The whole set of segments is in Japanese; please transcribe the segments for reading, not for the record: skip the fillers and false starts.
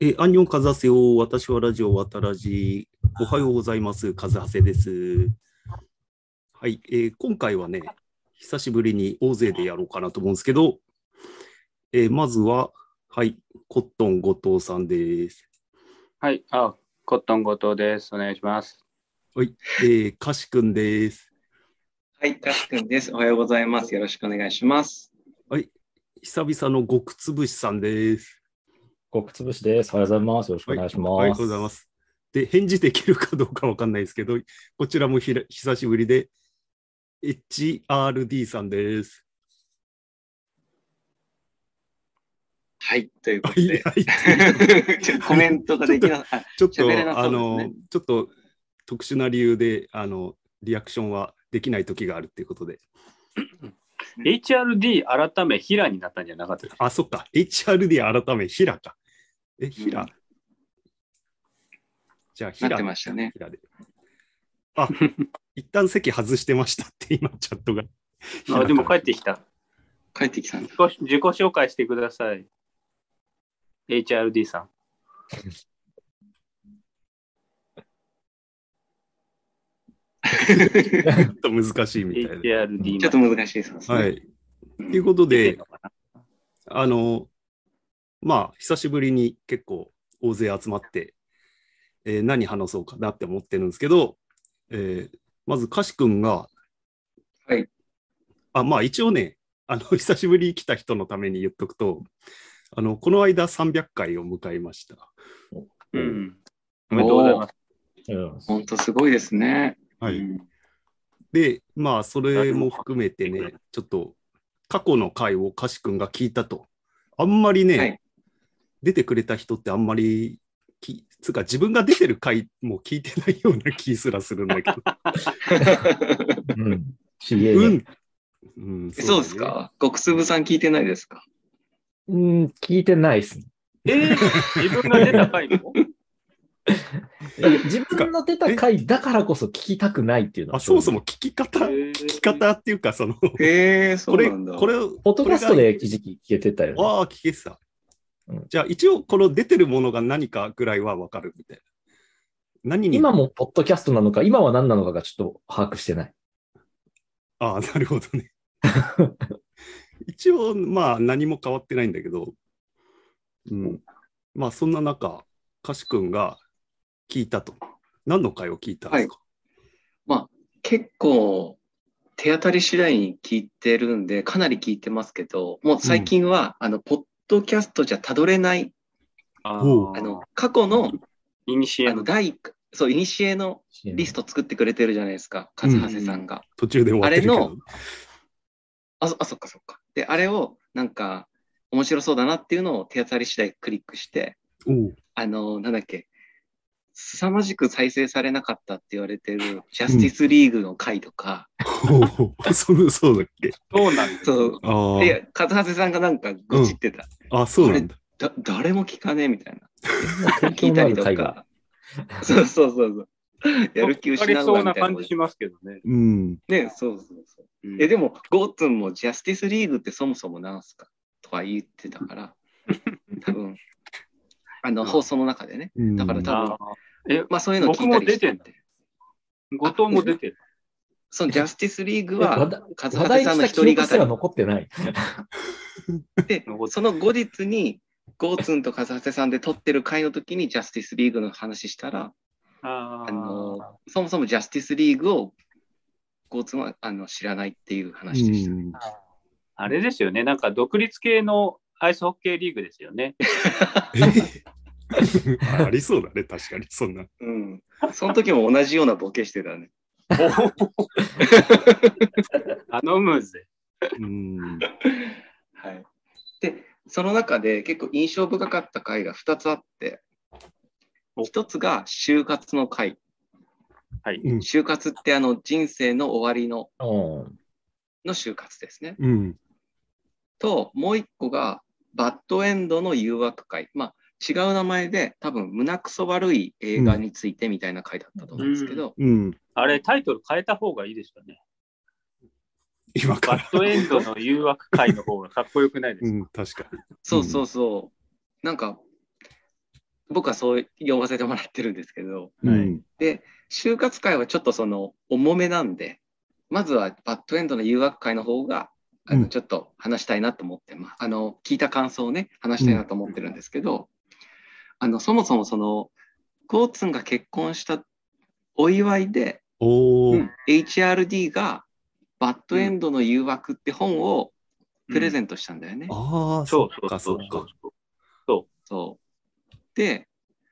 アンニョンカズハセよ。私はラジオわたらじ。おはようございます。カズハセです。はい、今回はね、久しぶりに大勢でやろうかなと思うんですけど、まずは、はい、コットン後藤さんです。 はい、コットン後藤です。お願いします。 はい、カシ君です。 はい、かしくんです。おはようございます。よろしくお願いします。 はい、久々の極つぶしさんです。 極つぶしです。おはようございます。よろしくお願いします。 はい、おはようございます。で、返事できるかどうかわかんないですけど、こちらも久しぶりで、HRD さんです。 はい、ということで。 はいコメントができなかった。 ちょっと、 ね、 ちょっと特殊な理由で、リアクションはできない時があるっていうことで。 HRD 改めヒラになったんじゃなかったですか？ あ、そっか。HRD 改めヒラか。ヒラ、じゃあ、ヒラ。 なってましたね。 ヒラで。あ、一旦席外してましたって今、チャットが。 でも帰ってきた。 帰ってきたんだ。 自己紹介してください。HRD さん。 ちょっと難しいみたいな。 HRD ちょっと難しいですね。 はい。ということで、まあ、久しぶりに結構大勢集まって、何話そうかなって思ってるんですけど、まず、カシ君が、 はい。 まあ、一応ね、久しぶりに来た人のために言っとくと、この間300回を迎えました。 うん。おめでとうございます。 本当すごいですね。 はい。で、まあ、それも含めてね、ちょっと過去の回をカシ君が聞いたと。あんまりね、はい、出てくれた人ってあんまり、つうか自分が出てる回も聞いてないような気すらするんだけど。 そうですか？極粒さん聞いてないですか？ 聞いてないですね。 自分が出た回も自分の出た回だからこそ聞きたくないっていうのは。 そもそも聞き方っていうか、そうなんだ。これ、 ポッドキャストで一時期聞けてたよね。 聞けてた。じゃあ一応この出てるものが何かぐらいは分かるみたいな。 今もポッドキャストなのか、今は何なのかがちょっと把握してない。 なるほどね。一応まあ何も変わってないんだけど、まあそんな中、カシ君が聞いたと。何の回を聞いたんですか？ まあ結構手当たり次第に聞いてるんで、かなり聞いてますけど、もう最近は、ポッドキャストじゃたどれない、過去の、 イニシエのリスト作ってくれてるじゃないですか、カズハセさんが。 途中で終わってるけど。 そっかそっか。で、あれをなんか面白そうだなっていうのを手当たり次第クリックして、なんだっけ、凄まじく再生されなかったって言われてるジャスティスリーグの回とか。 そうだっけ？ そうなんです。 そう。で、カズハセさんがなんか愚痴ってた。 そうなんだ。 誰も聞かねえみたいな。聞いたりとか。そう。やる気失うわみたいな。 そうな感じしますけどね。 ね、そう。でも、ゴーツンもジャスティスリーグってそもそもなんすかとか言ってたから、多分、放送の中でね。だから多分、まあそういうの聞いたりして。 後藤も出てる。 そのジャスティスリーグは、 カズハセさんの一人語り残ってない。 で、その後日に、ゴーツンとカズハセさんで撮ってる回の時にジャスティスリーグの話したら、そもそもジャスティスリーグをゴーツンは知らないっていう話でした。 あれですよね、なんか独立系のアイスホッケーリーグですよね。 ありそうだね、確かに、そんな。 その時も同じようなボケしてたね。 頼むぜ。 はい。で、その中で結構印象深かった回が2つあって、1つが就活の回。はい、就活って人生の終わりの就活ですね。と、もう1個がバッドエンドの誘惑回。まあ違う名前で多分胸くそ悪い映画についてみたいな回だったと思うんですけど、 あれタイトル変えた方がいいですよね。 今からバッドエンドの誘惑回の方がかっこよくないですか？ 確かに。 そう。なんか僕はそう読ませてもらってるんですけど、 うん。 で、就活会はちょっとその重めなんで、まずはバッドエンドの誘惑会の方が、 うんちょっと話したいなと思って、聞いた感想をね、話したいなと思ってるんですけど、そもそもその、ゴーツンが結婚したお祝いで、 おー。 HRD がバッドエンドの誘惑って本をプレゼントしたんだよね。 ああ、 そそうっか、そっか。 そう。で、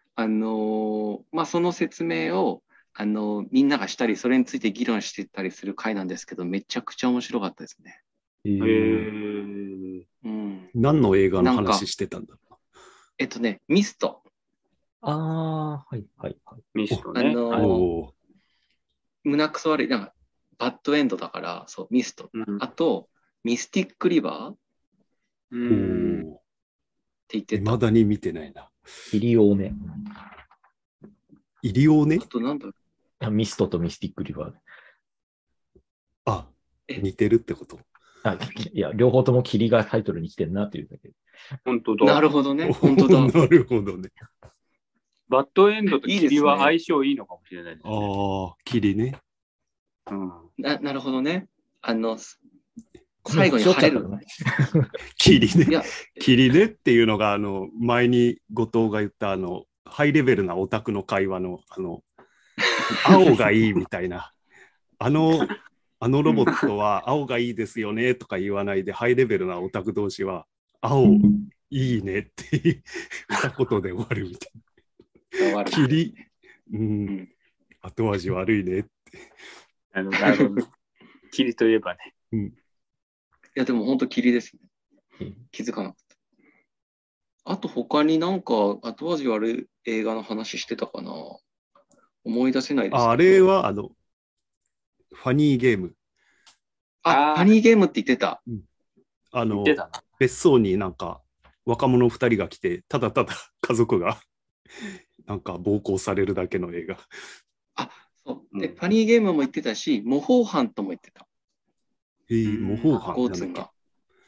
その説明を、みんながしたり、それについて議論してたりする回なんですけど、めちゃくちゃ面白かったですね。 へー。 何の映画のなんか話してたんだろミスト。 はい。 ミストね。 う。 はいおー。 胸くそ悪い、なんか、バッドエンドだから、そう、ミスト。あと、ミスティックリバーってお言ってた。 未だに見てないな。 イリオーネ。 イリオーネ？ あと、なんだろう。 ミストとミスティックリバー。 あ、似てるってこと？ いや、両方とも霧がタイトルに来てるなっていうだけで。 本当だ。 なるほどね。本当だ。 なるほどね。 バッドエンドと霧は相性いいのかもしれないですね。 ああ、霧ね。 なるほどね。最後に晴れる。 霧ね。霧ねっていうのが、前に後藤が言ったハイレベルなオタクの会話の、青がいいみたいな。あのロボットは青がいいですよねとか言わないで、ハイレベルなオタク同士は、青いいねって二言で終わるみたいな。霧、後味悪いねって。 なるほど。霧といえばね。 いや、でも本当霧ですね。気づかなかった。あと他になんか後味悪い映画の話してたかな。思い出せないですけど。 あれはファニーゲーム。 ファニーゲームって言ってた。 言ってたな。 別荘になんか若者2人が来て、ただただ家族がなんか暴行されるだけの映画。 そうで、ファニーゲームも言ってたし、模倣犯とも言ってた。 模倣犯ゴーツンが。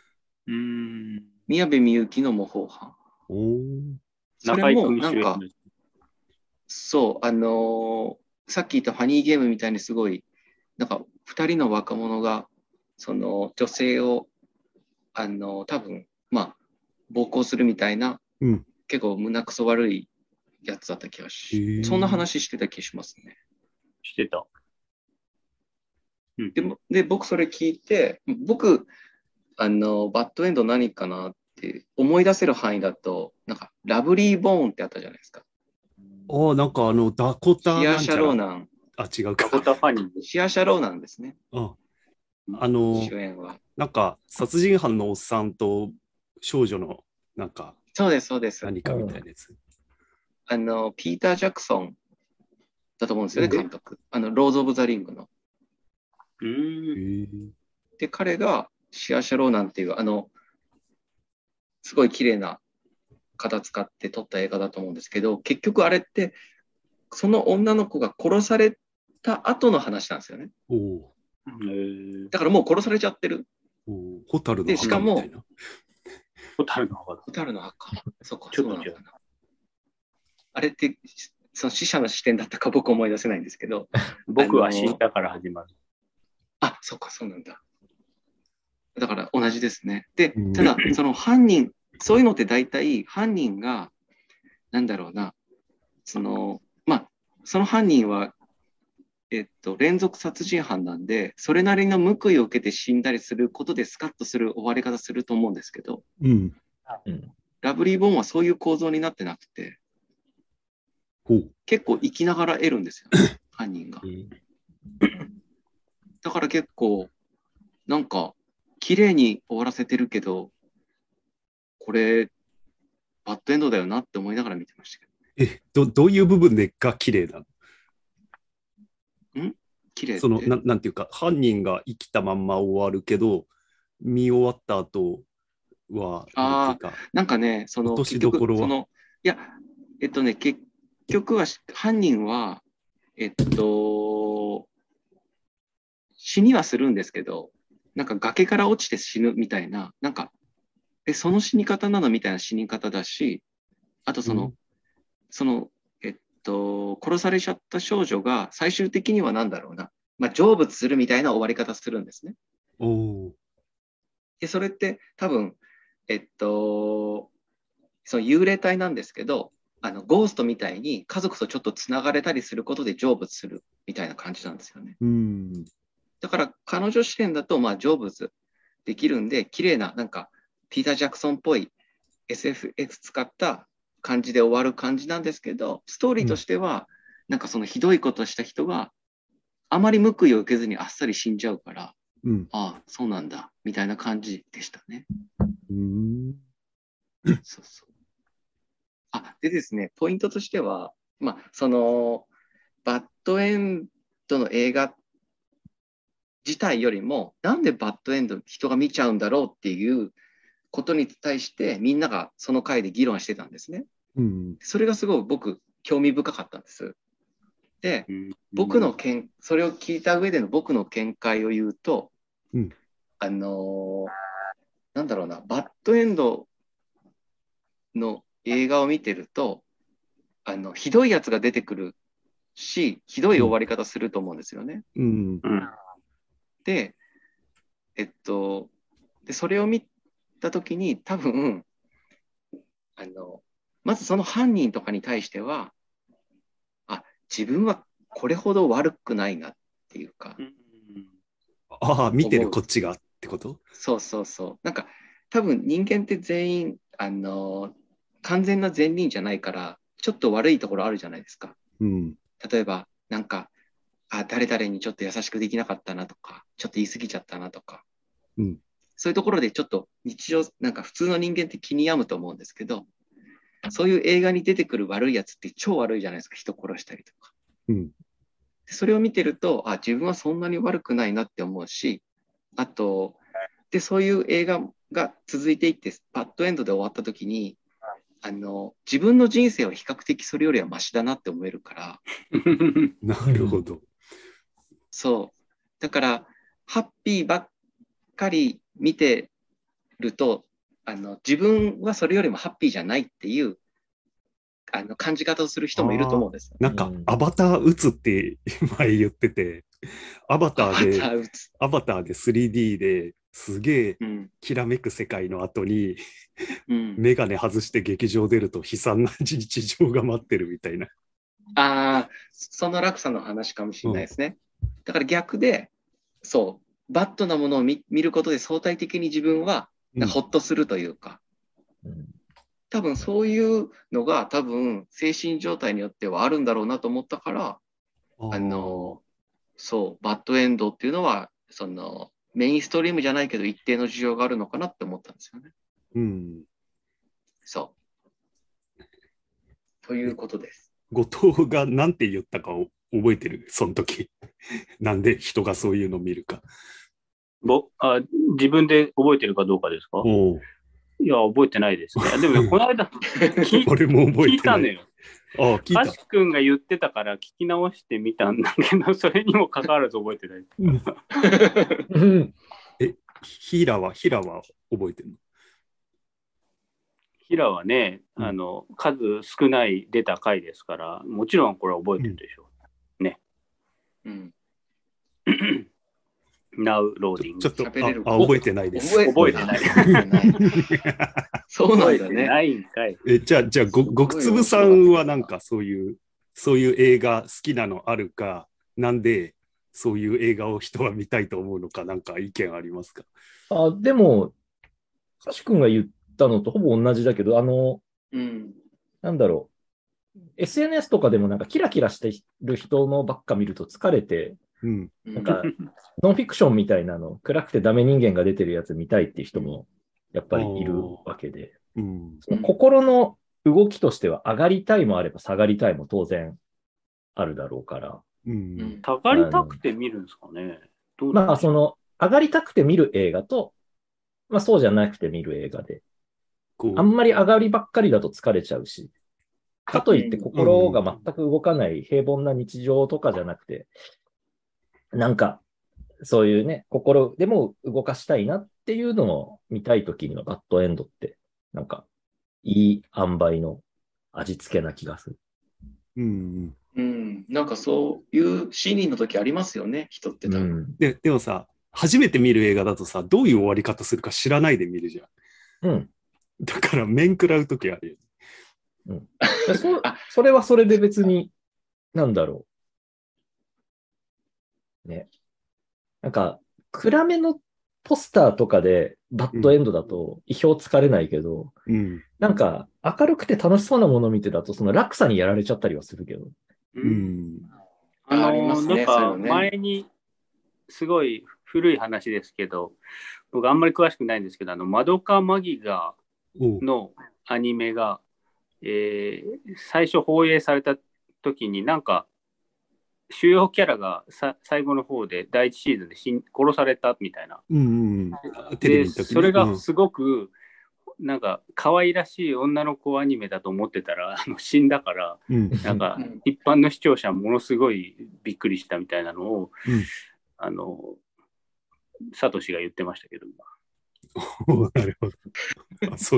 宮部みゆきの模倣犯。それもなんか、そう、さっき言ったファニーゲームみたいにすごい、なんか2人の若者が、その女性を、多分、暴行するみたいな、結構胸くそ悪いやつだった気がし、そんな話してた気しますね。 してた。 で、僕それ聞いて、僕、バッドエンド何かなって思い出せる範囲だと、なんか、ラブリーボーンってあったじゃないですか。 なんかダコタシアシャローナン。 違うか。 ダコタファニー。 シアシャローナンですね。 主演は。なんか、殺人犯のおっさんと少女の、なんか、 そうです、そうです。 何かみたいなやつ。 ピーター・ジャクソンだと思うんですよね、監督。ローズ・オブ・ザ・リングの。で、彼がシアシャローナンっていう、すごい綺麗な型使って撮った映画だと思うんですけど、結局あれって、その女の子が殺された後の話なんですよね。だからもう殺されちゃってる。 ホタルの墓みたいな。 ホタルの墓。 ホタルの墓。そうか、そうなのかな。あれって、その死者の視点だったか僕思い出せないんですけど。 僕は死んだから始まる。 そうか、そうなんだ。だから同じですね。で、ただ、その犯人、そういうのって大体犯人が、なんだろうな、その犯人は、連続殺人犯なんで、それなりの報いを受けて死んだりすることでスカッとする終わり方すると思うんですけど、ラブリーボーンはそういう構造になってなくて、結構生きながら得るんですよ、ね、犯人が。だから結構、なんか、綺麗に終わらせてるけど、これ、バッドエンドだよなって思いながら見てましたけど。どういう部分でが綺麗なの？ 綺麗ってそのなんていうか、犯人が生きたまんま終わるけど、見終わった後は、 なんかね、その、 落としどころは。 結局は、犯人は、死にはするんですけど、なんか崖から落ちて死ぬみたいな、なんか、その死に方なのみたいな死に方だし、あとその、 その、殺されちゃった少女が最終的には何だろうな、成仏するみたいな終わり方するんですね。で、それって多分、その幽霊体なんですけど、ゴーストみたいに家族とちょっとつながれたりすることで成仏するみたいな感じなんですよね。だから彼女視点だと成仏できるんで、綺麗ななんかピーター・ジャクソンっぽい SFX 使った感じで終わる感じなんですけど、ストーリーとしては、なんかそのひどいことした人があまり報いを受けずにあっさり死んじゃうから、ああ、そうなんだみたいな感じでしたね。そうそう。でですね、ポイントとしては、そのバッドエンドの映画自体よりも、なんでバッドエンド人が見ちゃうんだろうっていうことに対してみんながその回で議論してたんですね。それがすごい僕興味深かったんです。で、それを聞いた上での僕の見解を言うと、なんだろうな、バッドエンドの映画を見てると、ひどいやつが出てくるし、ひどい終わり方すると思うんですよね。で、それを見たときに多分、まずその犯人とかに対しては、自分はこれほど悪くないなっていうか。 見てるこっちがってこと？ そうそうそう。なんか多分人間って全員、完全な善人じゃないから、ちょっと悪いところあるじゃないですか。例えば、なんか、誰々にちょっと優しくできなかったなとか、ちょっと言い過ぎちゃったなとか、そういうところでちょっと日常、なんか普通の人間って気に病むと思うんですけど、そういう映画に出てくる悪いやつって超悪いじゃないですか、人殺したりとか。それを見てると、自分はそんなに悪くないなって思うし、あと、そういう映画が続いていって、バッドエンドで終わった時に、自分の人生は比較的それよりはマシだなって思えるから。 なるほど。 そう。だから、ハッピーばっかり見てると、自分はそれよりもハッピーじゃないっていう感じ方をする人もいると思うんですよ。 なんか、アバター打つって前言ってて、アバターで 3D ですげえきらめく世界の後に、メガネ外して劇場出ると悲惨な日常が待ってるみたいな。 その落差の話かもしれないですね。だから逆で、そう、バッドなものを見ることで相対的に自分はほっとするというか、多分そういうのが多分精神状態によってはあるんだろうなと思ったから、そう、バッドエンドっていうのは、そのメインストリームじゃないけど一定の需要があるのかなって思ったんですよね。そう。ということです。 後藤が何て言ったかを覚えてる？その時。なんで人がそういうのを見るか。 自分で覚えてるかどうかですか？いや、覚えてないですね。でも、この間俺も覚えてない。 聞いたのよ。カシ君が言ってたから聞き直してみたんだけど、それにもかかわらず覚えてない。 ヒラは覚えてるの？ ヒラはね、数少ない出た回ですから、もちろんこれは覚えてるでしょう。ね。Now loading。 ちょっと覚えてないです。 覚えてない。 そうなんだね。 ないんかい。 じゃあ、ごくつぶさんはなんかそういう映画好きなのあるか、なんでそういう映画を人は見たいと思うのか、なんか意見ありますか？ でも、カシ君が言ったのとほぼ同じだけど、なんだろう。SNS とかでもなんかキラキラしてる人のばっか見ると疲れて、なんかノンフィクションみたいなの、暗くてダメ人間が出てるやつ見たいっていう人もやっぱりいるわけで、その心の動きとしては上がりたいもあれば下がりたいも当然あるだろうから。 下がりたくて見るんですかね。 その上がりたくて見る映画と、そうじゃなくて見る映画で、あんまり上がりばっかりだと疲れちゃうし、かといって心が全く動かない平凡な日常とかじゃなくて、なんか、そういうね、心でも動かしたいなっていうのを見たいときにはバッドエンドって、なんか、いい塩梅の味付けな気がする。 なんかそういうシーンの時ありますよね、人って多分。 でもさ、初めて見る映画だとさ、どういう終わり方するか知らないで見るじゃん。だから面食らう時あるよ。 それはそれで別に、なんだろう。ね。なんか、暗めのポスターとかでバッドエンドだと意表つかれないけど、なんか明るくて楽しそうなものを見てだとその落差にやられちゃったりはするけど。 なんか前にすごい古い話ですけど、僕あんまり詳しくないんですけど、マドカマギガのアニメが、最初放映された時になんか主要キャラが最後の方で第一シーズンで殺されたみたいな。でそれがすごくなんか可愛らしい女の子アニメだと思ってたら死んだから、なんか一般の視聴者はものすごいびっくりしたみたいなのを、サトシが言ってましたけど。 なるほど。そう。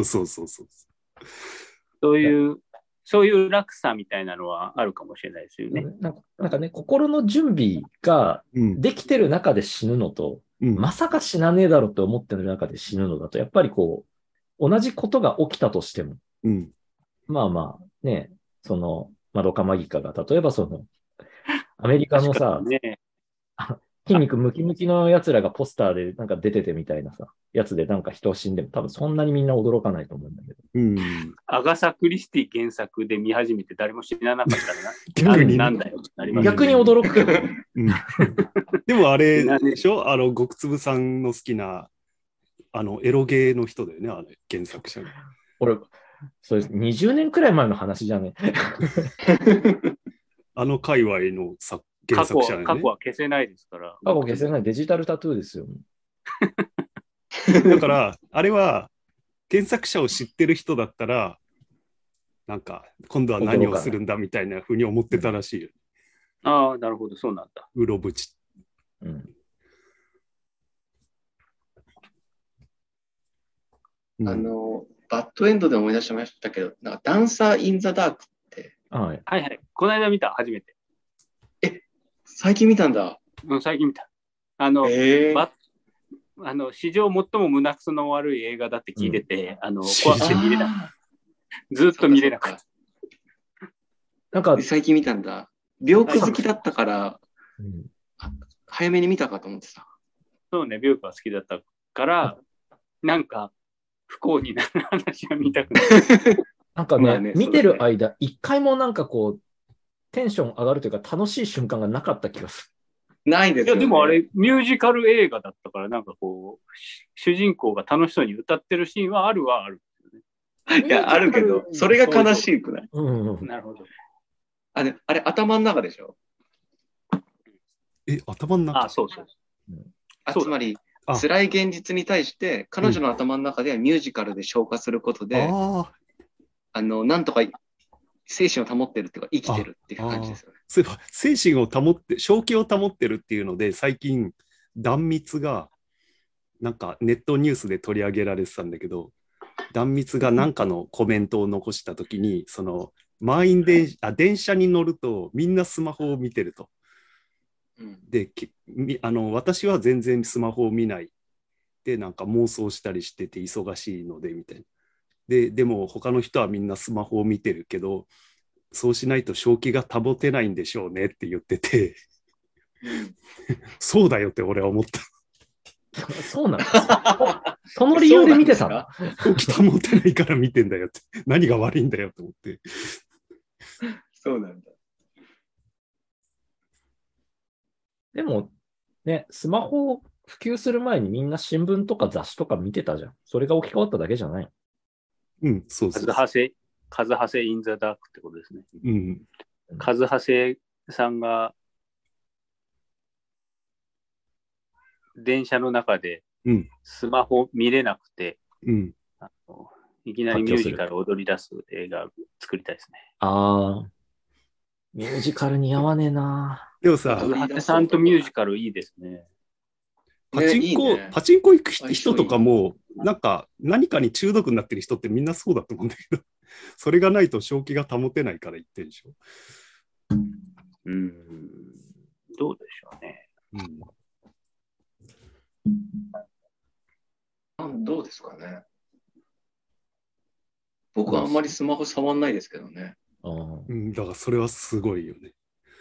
そういう落差みたいなのはあるかもしれないですよね。 なんかね、心の準備ができてる中で死ぬのと、まさか死なねえだろうと思ってる中で死ぬのだと、やっぱりこう、同じことが起きたとしても、まあね、その、マドカマギカが、例えばその、アメリカのさ、筋肉ムキムキの奴らがポスターでなんか出ててみたいなさ、やつでなんか人死んでも多分そんなにみんな驚かないと思うんだけど。 アガサ・クリスティ原作で見始めて誰も知らなかったらなんだよってなりますね。 逆に驚くけど。 でもあれでしょ、極粒さんの好きなエロゲーの人だよね、あれ原作者が。 俺、それ20年くらい前の話じゃね。 界隈の原作者ね。 過去は消せないですから。 過去消せないデジタルタトゥーですよ。 だから、あれは原作者を知ってる人だったら、なんか、今度は何をするんだみたいなふうに思ってたらしいよ。 ああ、なるほど、そうなんだ。 うろぶち。 バッドエンドで思い出しましたけど、なんかダンサー・イン・ザ・ダークって。 はいはい。この間見た、初めて。 最近見たんだ。 最近見た。史上最も胸くその悪い映画だって聞いてて、怖くて見れなかった。ずっと見れなかった。 なんか最近見たんだ。病気好きだったから、早めに見たかと思ってた。 そうね、病気が好きだったから、なんか不幸になる話は見たくない。 なんかね、見てる間、一回もなんかこう、テンション上がるというか楽しい瞬間がなかった気がする。ないですよね。 いや、でもあれ、ミュージカル映画だったから、なんかこう、主人公が楽しそうに歌ってるシーンはある。 いや、あるけど、それが悲しくない？ なるほど。 あれ、頭の中でしょ？ 頭の中？ そう。 つまり、辛い現実に対して、彼女の頭の中ではミュージカルで消化することで、なんとか精神を保ってるっていうか、生きてるっていう感じですよね。 そういえば、精神を保って、正気を保ってるっていうので、最近、壇蜜が、なんかネットニュースで取り上げられてたんだけど、壇蜜が何かのコメントを残したときに、その、電車に乗ると、みんなスマホを見てると。で、私は全然スマホを見ない。で、なんか妄想したりしてて忙しいので、みたいな。でも他の人はみんなスマホを見てるけど、そうしないと正気が保てないんでしょうねって言ってて、そうだよって俺は思った。 そうなんですか。その理由で見てたの？ 正気保てないから見てんだよって。何が悪いんだよと思って。 そうなんだ。 でもね、スマホ普及する前にみんな新聞とか雑誌とか見てたじゃん。それが置き換わっただけじゃない？ そう。 カズハセ・イン・ザ・ダークってことですね。カズハセさんが電車の中でスマホ見れなくて、いきなりミュージカル踊り出す映画を作りたいですね。 ミュージカル似合わねえな。 でもさ、 カズハセさんとミュージカルいいですね。 パチンコ行く人とかも、なんか何かに中毒になってる人ってみんなそうだと思うんだけど、 それがないと正気が保てないから言ってるでしょ。 どうでしょうね。 どうですかね。僕はあんまりスマホ触んないですけどね。 だからそれはすごいよね。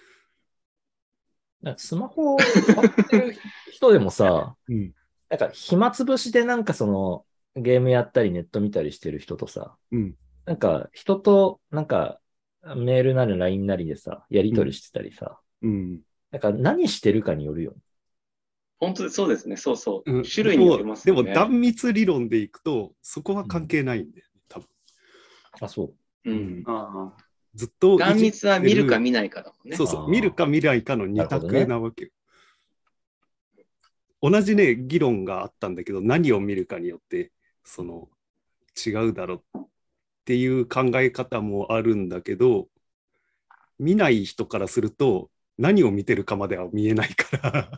スマホを使ってる人でもさ、なんか暇つぶしでなんかそのゲームやったりネット見たりしてる人とさ、なんか人となんかメールなり LINE なりでさ、やり取りしてたりさ、なんか何してるかによるよ。 本当にそうですね。そうそう。種類によりますよね。 でも断密理論でいくと、そこは関係ないんだよね、多分。 あ、そう。 ずっと断密は見るか見ないかだもんね。 そうそう。見るか見ないかの二択なわけよ。同じね、議論があったんだけど、何を見るかによって、その、違うだろうっていう考え方もあるんだけど、見ない人からすると、何を見てるかまでは見えないから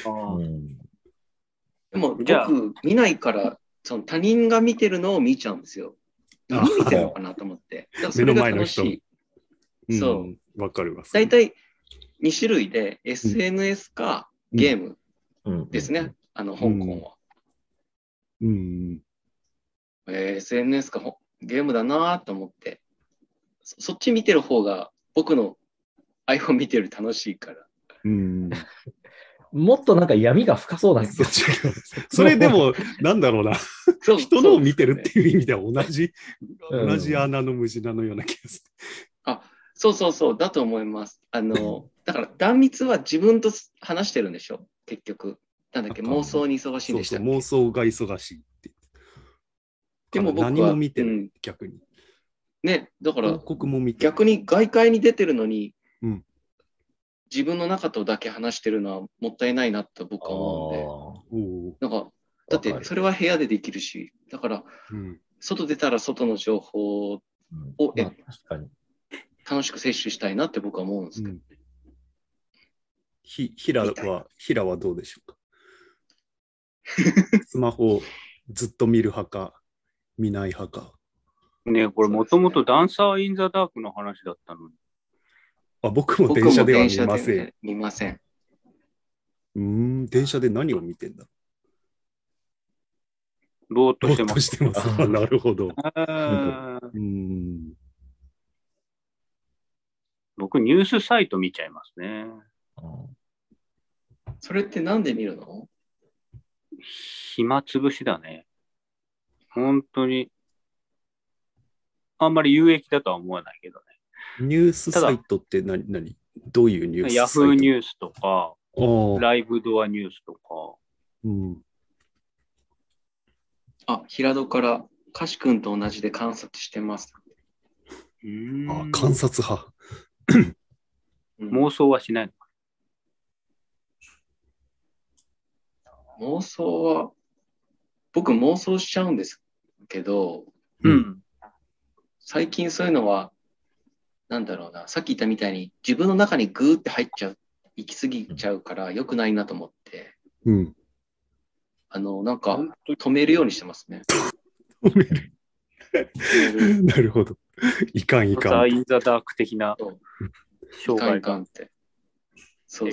でも僕見ないからその他人が見てるのを見ちゃうんですよ。何見てるのかなと思って。 目の前の人。 そう。 わかります。 大体2種類で SNS かゲームですね。香港は。SNS かゲームだなと思って。そっち見てる方が僕のiPhone 見てる楽しいから。 もっとなんか闇が深そうなんですよ。 それでも、なんだろうな。人のを見てるっていう意味では同じ穴の無地なのような気がする。 そう、だと思います。だから断密は自分と話してるんでしょ、結局。なんだっけ、妄想に忙しいんでしたっけ。 妄想が忙しいって。でも僕は何も見てる、逆に。 ね、だから広告も見て逆に外界に出てるのに、自分の中とだけ話してるのはもったいないなと僕は思うんで。なんかだってそれは部屋でできるし、だから、外出たら外の情報を、楽しく摂取したいなって僕は思うんですけど。 平はどうでしょうか。スマホをずっと見る派か、見ない派か。 ね、これもともとダンサー・イン・ザ・ダークの話だったのに。 僕も電車では見ません。 見ません。 電車で何を見てんだ。 ぼーっとしてます。 なるほど。 僕、ニュースサイト見ちゃいますね。 それってなんで見るの？ 暇つぶしだね。本当に。あんまり有益だとは思わないけどね。 ニュースサイトって何どういうニュースサイト？ ヤフーニュースとか、ライブドアニュースとか。 平戸からカシ君と同じで観察してます。 観察派。 妄想はしないのか。 妄想は、僕妄想しちゃうんですけど、最近そういうのは、なんだろうな、さっき言ったみたいに自分の中にグーって入っちゃう、行き過ぎちゃうから良くないなと思って、なんか止めるようにしてますね。 止める。なるほど。いかん。 インザダーク的な障害が。 そう。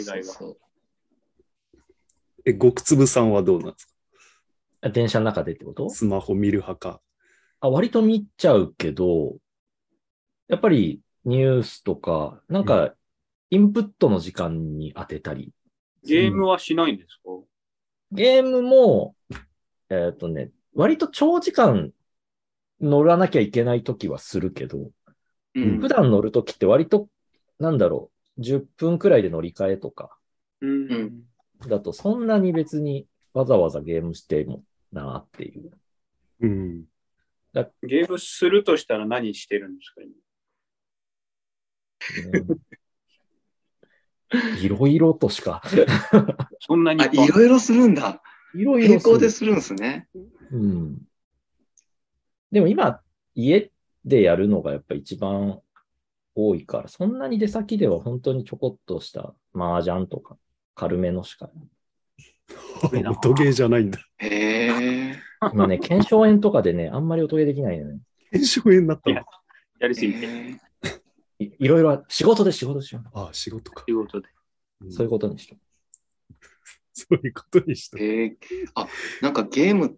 極粒さんはどうなんですか？ 電車の中でってこと？ スマホ見る派か。 割と見ちゃうけど、やっぱりニュースとか、なんかインプットの時間に当てたり。 ゲームはしないんですか？ ゲームも、割と長時間乗らなきゃいけないときはするけど、普段乗るときって割と、10分くらいで乗り換えとか、だとそんなに別にわざわざゲームしてもなっていう。 ゲームするとしたら何してるんですか、 いろいろとしか。 そんなに。 いろいろするんだ。 いろいろ並行でするんですね。 でも今、家でやるのがやっぱ一番多いから、そんなに出先では本当にちょこっとした麻雀とか軽めのしか。 音ゲーじゃないんだ。 へえ。 今ね、腱鞘炎とかでね、あんまり音ゲーできないよね。 腱鞘炎になったの？ やりすぎて。 いろいろ仕事で。 ああ、仕事か。 仕事で。 そういうことにした。 そういうことにした。 なんかゲームって、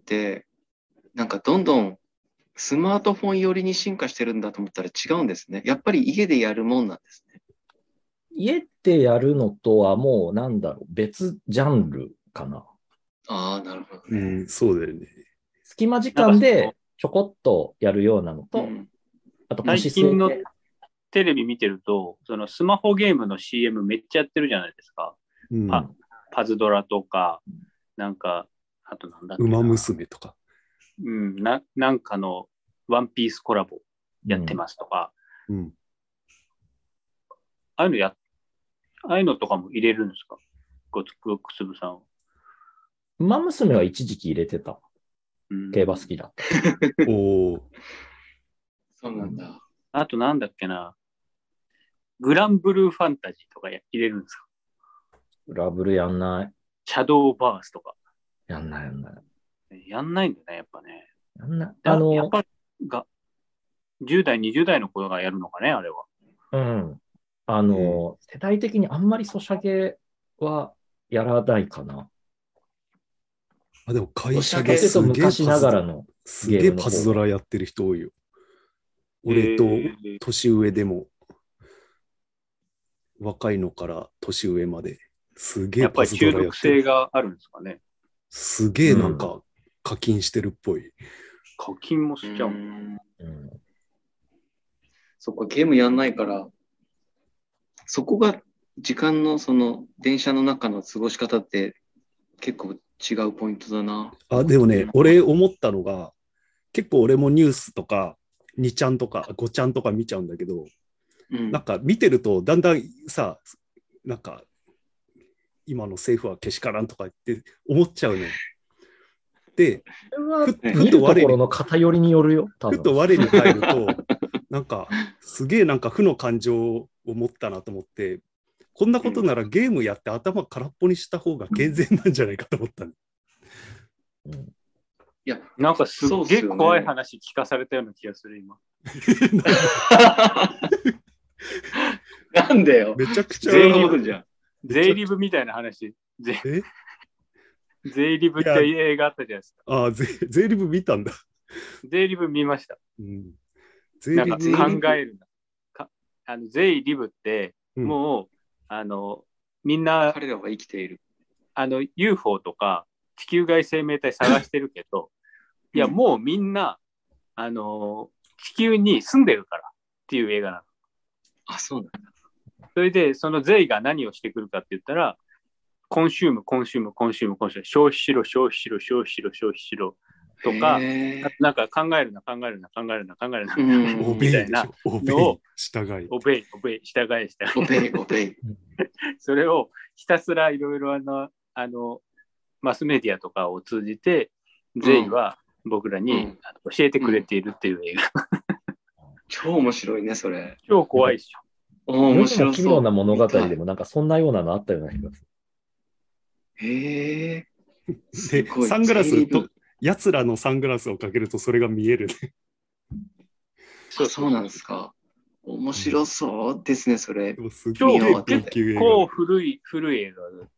なんかどんどんスマートフォン寄りに進化してるんだと思ったら違うんですね。やっぱり家でやるもんなんですね。 家でやるのとはもう別ジャンルかな。 ああ、なるほどね。 そうだよね。 隙間時間でちょこっとやるようなのと、あと最近のテレビ見てると、そのスマホゲームの CM めっちゃやってるじゃないですか。パズドラとか、なんか、あとなんだっけな。 馬娘とか。 なんかのワンピースコラボやってますとか。ああいうのとかも入れるんですか？ごくつぶさんは。 馬娘は一時期入れてた。競馬好きだった。 そうなんだ。 あとなんだっけな。グランブルーファンタジーとか入れるんですか？ グラブルやんない。 シャドーバースとか。 やんない。 やんないんだね、やっぱね。 やんない。 やっぱ10代、20代の子がやるのかね、あれは。 世代的にあんまりソシャゲはやらないかな。 でも会社ですげえ昔ながらのすげえパズドラやってる人多いよ。俺と年上でも、若いのから年上まで、すげえパズドラやってる。やっぱり中毒性があるんですかね。 すげえなんか課金してるっぽい。 課金もしちゃう。 そっか、ゲームやんないから、そこが時間のその電車の中の過ごし方って結構違うポイントだな。 でもね、俺思ったのが、結構俺もニュースとか、2ちゃんとか5ちゃんとか見ちゃうんだけど、なんか見てるとだんだんさ、なんか今の政府はけしからんとか言って思っちゃうね。で、 見るところの偏りによるよ。 ふと我に入ると、なんかすげえなんか負の感情を持ったなと思って、こんなことならゲームやって頭空っぽにした方が健全なんじゃないかと思ったね。 いや、 なんかすっげえ怖い話聞かされたような気がする、今。 なんでよ。 めちゃくちゃ税理部みたいな話。税理部って映画あったじゃないですか。 税理部見たんだ。 税理部見ました。 税理部なんか考えるな。税理部って、もう、みんな、 彼らは生きている。 UFO とか地球外生命体探してるけど、いや、もうみんな、地球に住んでるからっていう映画なの。 あ、そうなんだ。 それで、その税が何をしてくるかって言ったら、コンシューム、消費しろとか、なんか考えるな、みたいなのを、オベイ、従い。それをひたすらいろいろマスメディアとかを通じて、税は僕らに教えてくれているっていう映画。 超面白いね、それ。 超怖いっしょ。 面白そう。 奇妙な物語でもなんかそんなようなのあったような気がする。 へえ。 で、サングラスと、奴らのサングラスをかけるとそれが見えるね。 そうなんですか。面白そうですね、それ。 結構古い映画で。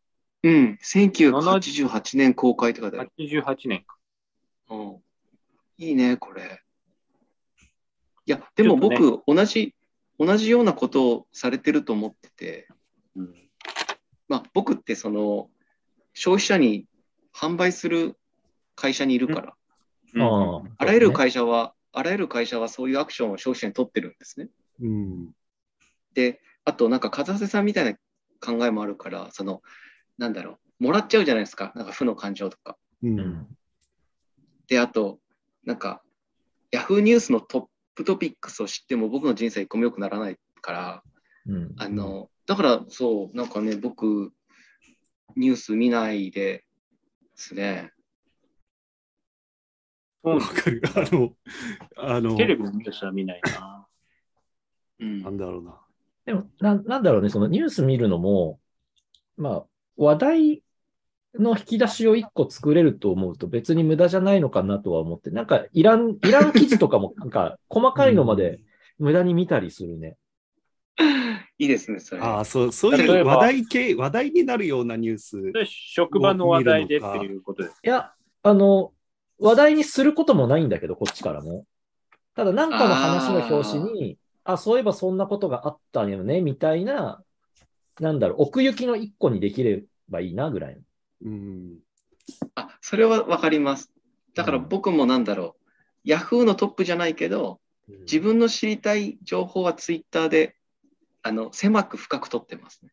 1988年公開って書いてある。 88年か。 いいね、これ。いや、でも僕、同じようなことをされてると思ってて、僕ってその、消費者に販売する会社にいるから、あらゆる会社はそういうアクションを消費者に取ってるんですね。で、あとなんか風瀬さんみたいな考えもあるから、その、なんだろう、もらっちゃうじゃないですか、なんか負の感情とか。で、あと、なんか、ヤフーニュースのトップトピックスを知っても僕の人生一個も良くならないから、だからそう、なんかね、僕、ニュース見ないですね。 わかる。 テレビのニュースは見ないな。 なんだろうな。 でもなんだろうね、そのニュース見るのも、話題の引き出しを1個作れると思うと別に無駄じゃないのかなとは思って、なんかいらん記事とかもなんか細かいのまで無駄に見たりするね。 いいですね、それ。 そういう話題になるようなニュース。 職場の話題でっていうことです。 いや、話題にすることもないんだけど、こっちからも。ただ、なんかの話の表紙に、そういえばそんなことがあったよね、みたいな、奥行きの一個にできればいいな、ぐらいの。 それはわかります。だから僕もヤフーのトップじゃないけど、自分の知りたい情報はツイッターで、狭く深く取ってますね。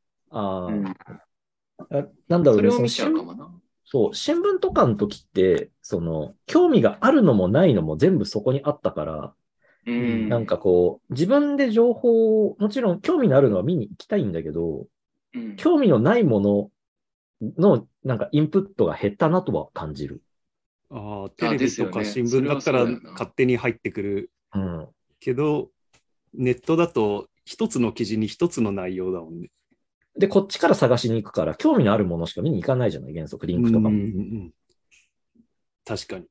それを見ちゃうかもな。 そう、新聞とかの時って、興味があるのもないのも全部そこにあったから、自分で情報を、もちろん興味のあるのは見に行きたいんだけど、興味のないものの、インプットが減ったなとは感じる。 テレビとか新聞だったら勝手に入ってくる。けど、ネットだと一つの記事に一つの内容だもんね。 で、こっちから探しに行くから、興味のあるものしか見に行かないじゃない、原則、リンクとかも。 確かに。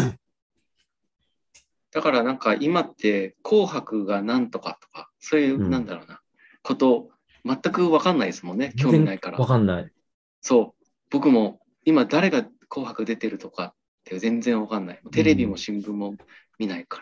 だから今って紅白がなんとかとか、そういうこと全く分かんないですもんね、興味ないから。 分かんない。 そう。僕も今誰が紅白出てるとかって全然分かんない。テレビも新聞も見ないから。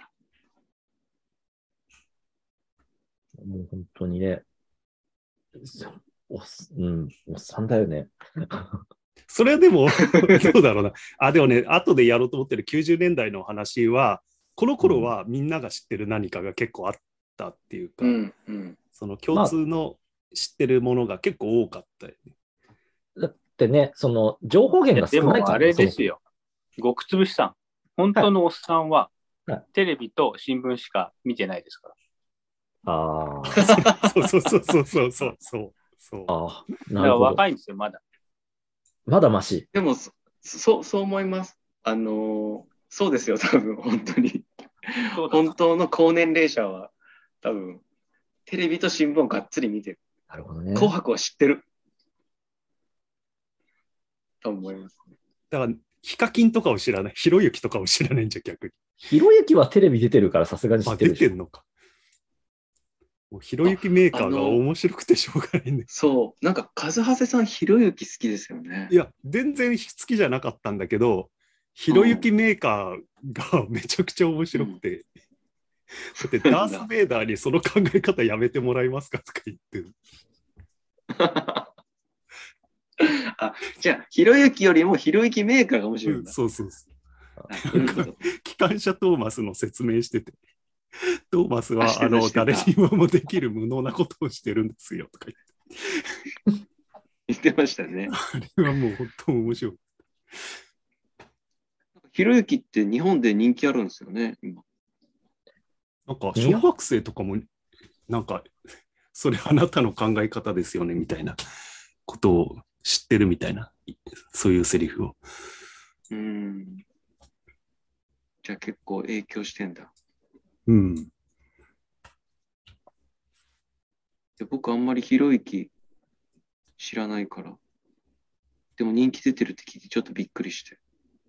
もう本当にね。おっさんだよね。 それはでも、どうだろうな。でもね、後でやろうと思ってる90年代の話は、この頃はみんなが知ってる何かが結構あったっていうか、その共通の知ってるものが結構多かったよね。 だってね、情報源が少ないから。 でもあれですよ。極つぶしさん。本当のおっさんは、テレビと新聞しか見てないですから。 そう。 だから若いんですよ、まだ。 まだマシ。 でも、そう思います。そうですよ、多分、本当に。本当の高年齢者は、多分、テレビと新聞をがっつり見てる。 なるほどね。 紅白は知ってる。と思います、ね。 だから、ヒカキンとかを知らない。ひろゆきとかを知らないんじゃ、逆に。 ひろゆきはテレビ出てるからさすがに知ってる。 出てんのか。ひろゆきメーカーが面白くてしょうがないんで。 そう。和羽さん、ひろゆき好きですよね。 いや、全然好きじゃなかったんだけど、ひろゆきメーカーがめちゃくちゃ面白くて。だって、ダース・ベイダーにその考え方やめてもらえますかとか言ってる。 じゃあ、ひろゆきよりもひろゆきメーカーが面白いんだ。 そう。機関車トーマスの説明してて。トーマスは誰にもできる無能なことをしてるんですよとか言ってましたね。 あれはもう本当面白い。 ひろゆきって日本で人気あるんですよね、今。 小学生とかもそれあなたの考え方ですよねみたいなことを知ってるみたいな、そういうセリフを。 じゃあ結構影響してんだ。で僕あんまりひろゆき知らないから。でも人気出てるって聞いてちょっとびっくりして。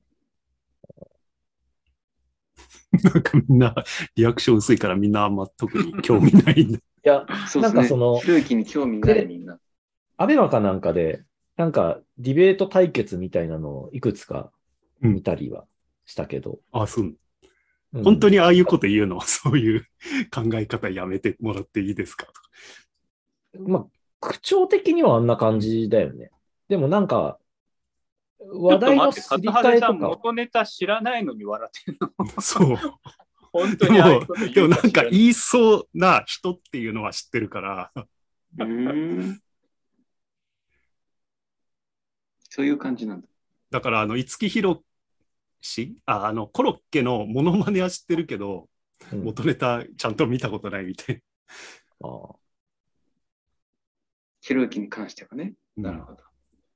みんなリアクション薄いからみんなあんま特に興味ないんだ。 いや、そうですね。ひろゆきに興味ないみんな。 アベマかなんかで、ディベート対決みたいなのをいくつか見たりはしたけど。 そう。本当にああいうこと言うのは、そういう考え方やめてもらっていいですかと。 口調的にはあんな感じだよね。でも話題のすり替えとか。 元ネタ知らないのに笑ってるの。 そう。 本当にああいうこと言うでも言いそうな人っていうのは知ってるから。 そういう感じなんだ。 だから、五木ひろし、コロッケのモノマネは知ってるけど、元ネタちゃんと見たことないみたいな。 ひろゆきに関してはね。なるほど。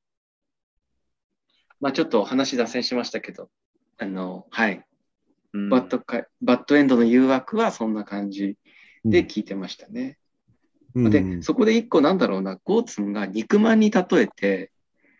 ちょっと話脱線しましたけど、はい。バッドエンドの誘惑はそんな感じで聞いてましたね。で、そこで一個ゴーツンが肉まんに例えて、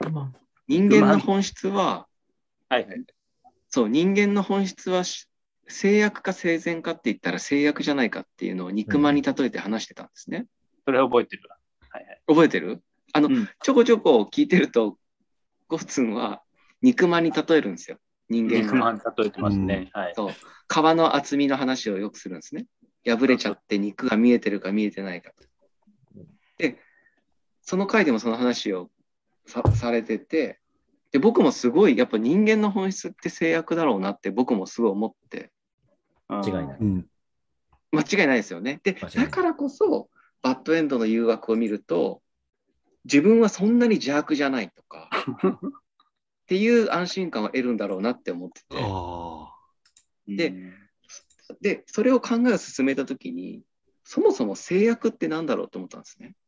人間の本質は、そう、人間の本質は制約か生前かって言ったら制約じゃないかっていうのを肉まんに例えて話してたんですね。 それは覚えてるわ。はいはい、 覚えてる？ちょこちょこ聞いてると、ゴッツンは肉まんに例えるんですよ。人間肉まん例えてますね。はい。 そう。皮の厚みの話をよくするんですね。破れちゃって肉が見えてるか見えてないか。で、その回でもその話をされてて、で、僕もすごい、やっぱ人間の本質って制約だろうなって僕もすごい思って。 間違いない。 間違いないですよね。で、だからこそ、バッドエンドの誘惑を見ると、自分はそんなに邪悪じゃないとか、っていう安心感を得るんだろうなって思ってて。で、それを考えを進めたときに、そもそも制約って何だろうと思ったんですね。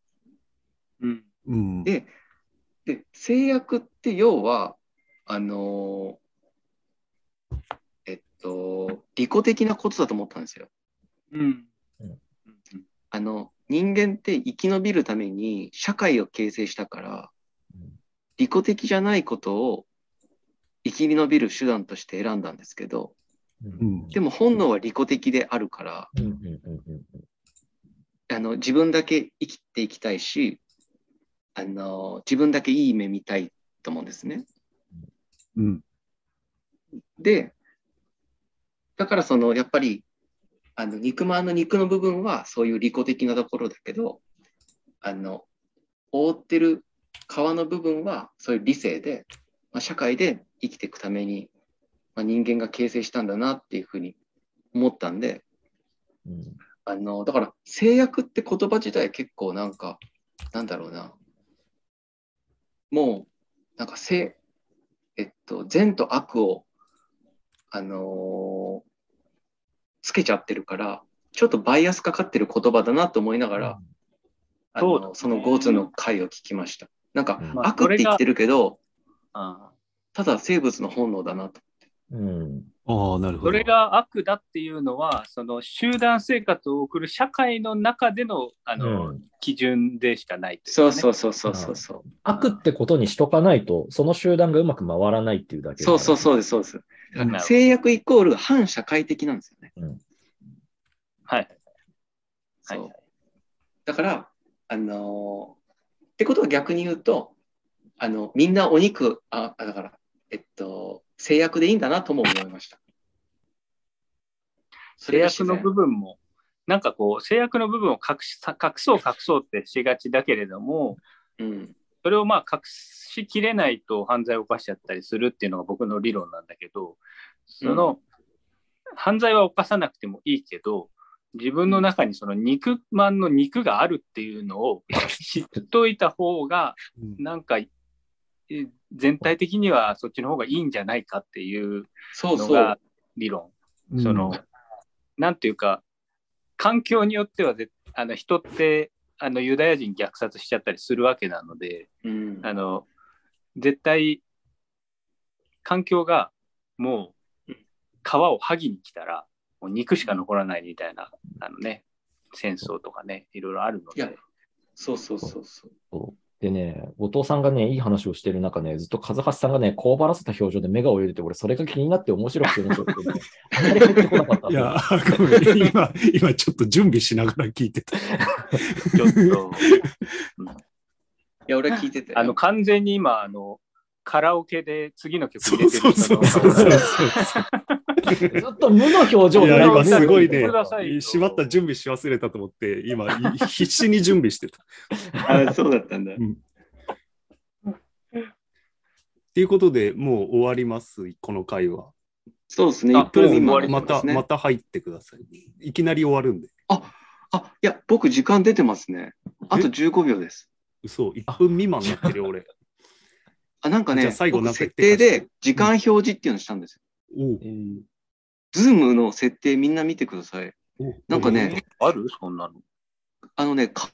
で、制約って要は、利己的なことだと思ったんですよ。人間って生き延びるために社会を形成したから、利己的じゃないことを生き延びる手段として選んだんですけど、でも本能は利己的であるから、自分だけ生きていきたいし、自分だけいい目見たいと思うんですね。で、だからやっぱり肉まんの肉の部分はそういう利己的なところだけど、覆ってる皮の部分はそういう理性で、社会で生きていくために、人間が形成したんだなっていうふうに思ったんで、だから制約って言葉自体結構なんだろうな、もうなんか善と悪をつけちゃってるから、ちょっとバイアスかかってる言葉だなと思いながら、そのゴーツの回を聞きました。なんか、悪って言ってるけど、ただ生物の本能だなと。 なるほど。 それが悪だっていうのは、その集団生活を送る社会の中での、基準でしかないというかね。 そう。 悪ってことにしとかないと、その集団がうまく回らないっていうだけで。 そうです。制約イコール反社会的なんですよね。 はい。 だから、ってことは逆に言うと、みんなお肉、だから、制約でいいんだなとも思いました。 制約の部分も、なんかこう、制約の部分を隠そうってしがちだけれども、それを隠しきれないと犯罪を犯しちゃったりするっていうのが僕の理論なんだけど、犯罪は犯さなくてもいいけど、自分の中にその肉まんの肉があるっていうのを知っといた方が、なんか全体的にはそっちの方がいいんじゃないかっていうのが理論。なんていうか、環境によっては人ってユダヤ人虐殺しちゃったりするわけなので、絶対環境がもう皮を剥ぎに来たらもう肉しか残らないみたいな戦争とかね、いろいろあるので。 そう。 でね、後藤さんがね、いい話をしてる中ね、ずっと和橋さんがね、こうばらせた表情で目が泳いでて、俺、それが気になって面白くて、ね、あんまり入ってこなかった。 いや、ごめん、今ちょっと準備しながら聞いてた。ちょっと。 いや、俺は聞いてて。 完全に今、カラオケで次の曲入れてる人の。 ずっと無の表情で。今すごいね、しまった準備し忘れたと思って、今、必死に準備してた。 そうだったんだ。 っていうことで、もう終わります、この回は。 そうですね、 1分今また入ってください。いきなり終わるんで。 いや、僕、時間出てますね。あと15秒です。 嘘、1分未満になってるよ、俺。 なんかね、僕設定で時間表示っていうのをしたんですよ。ズームの設定みんな見てください。なんかね、 あるそんなの。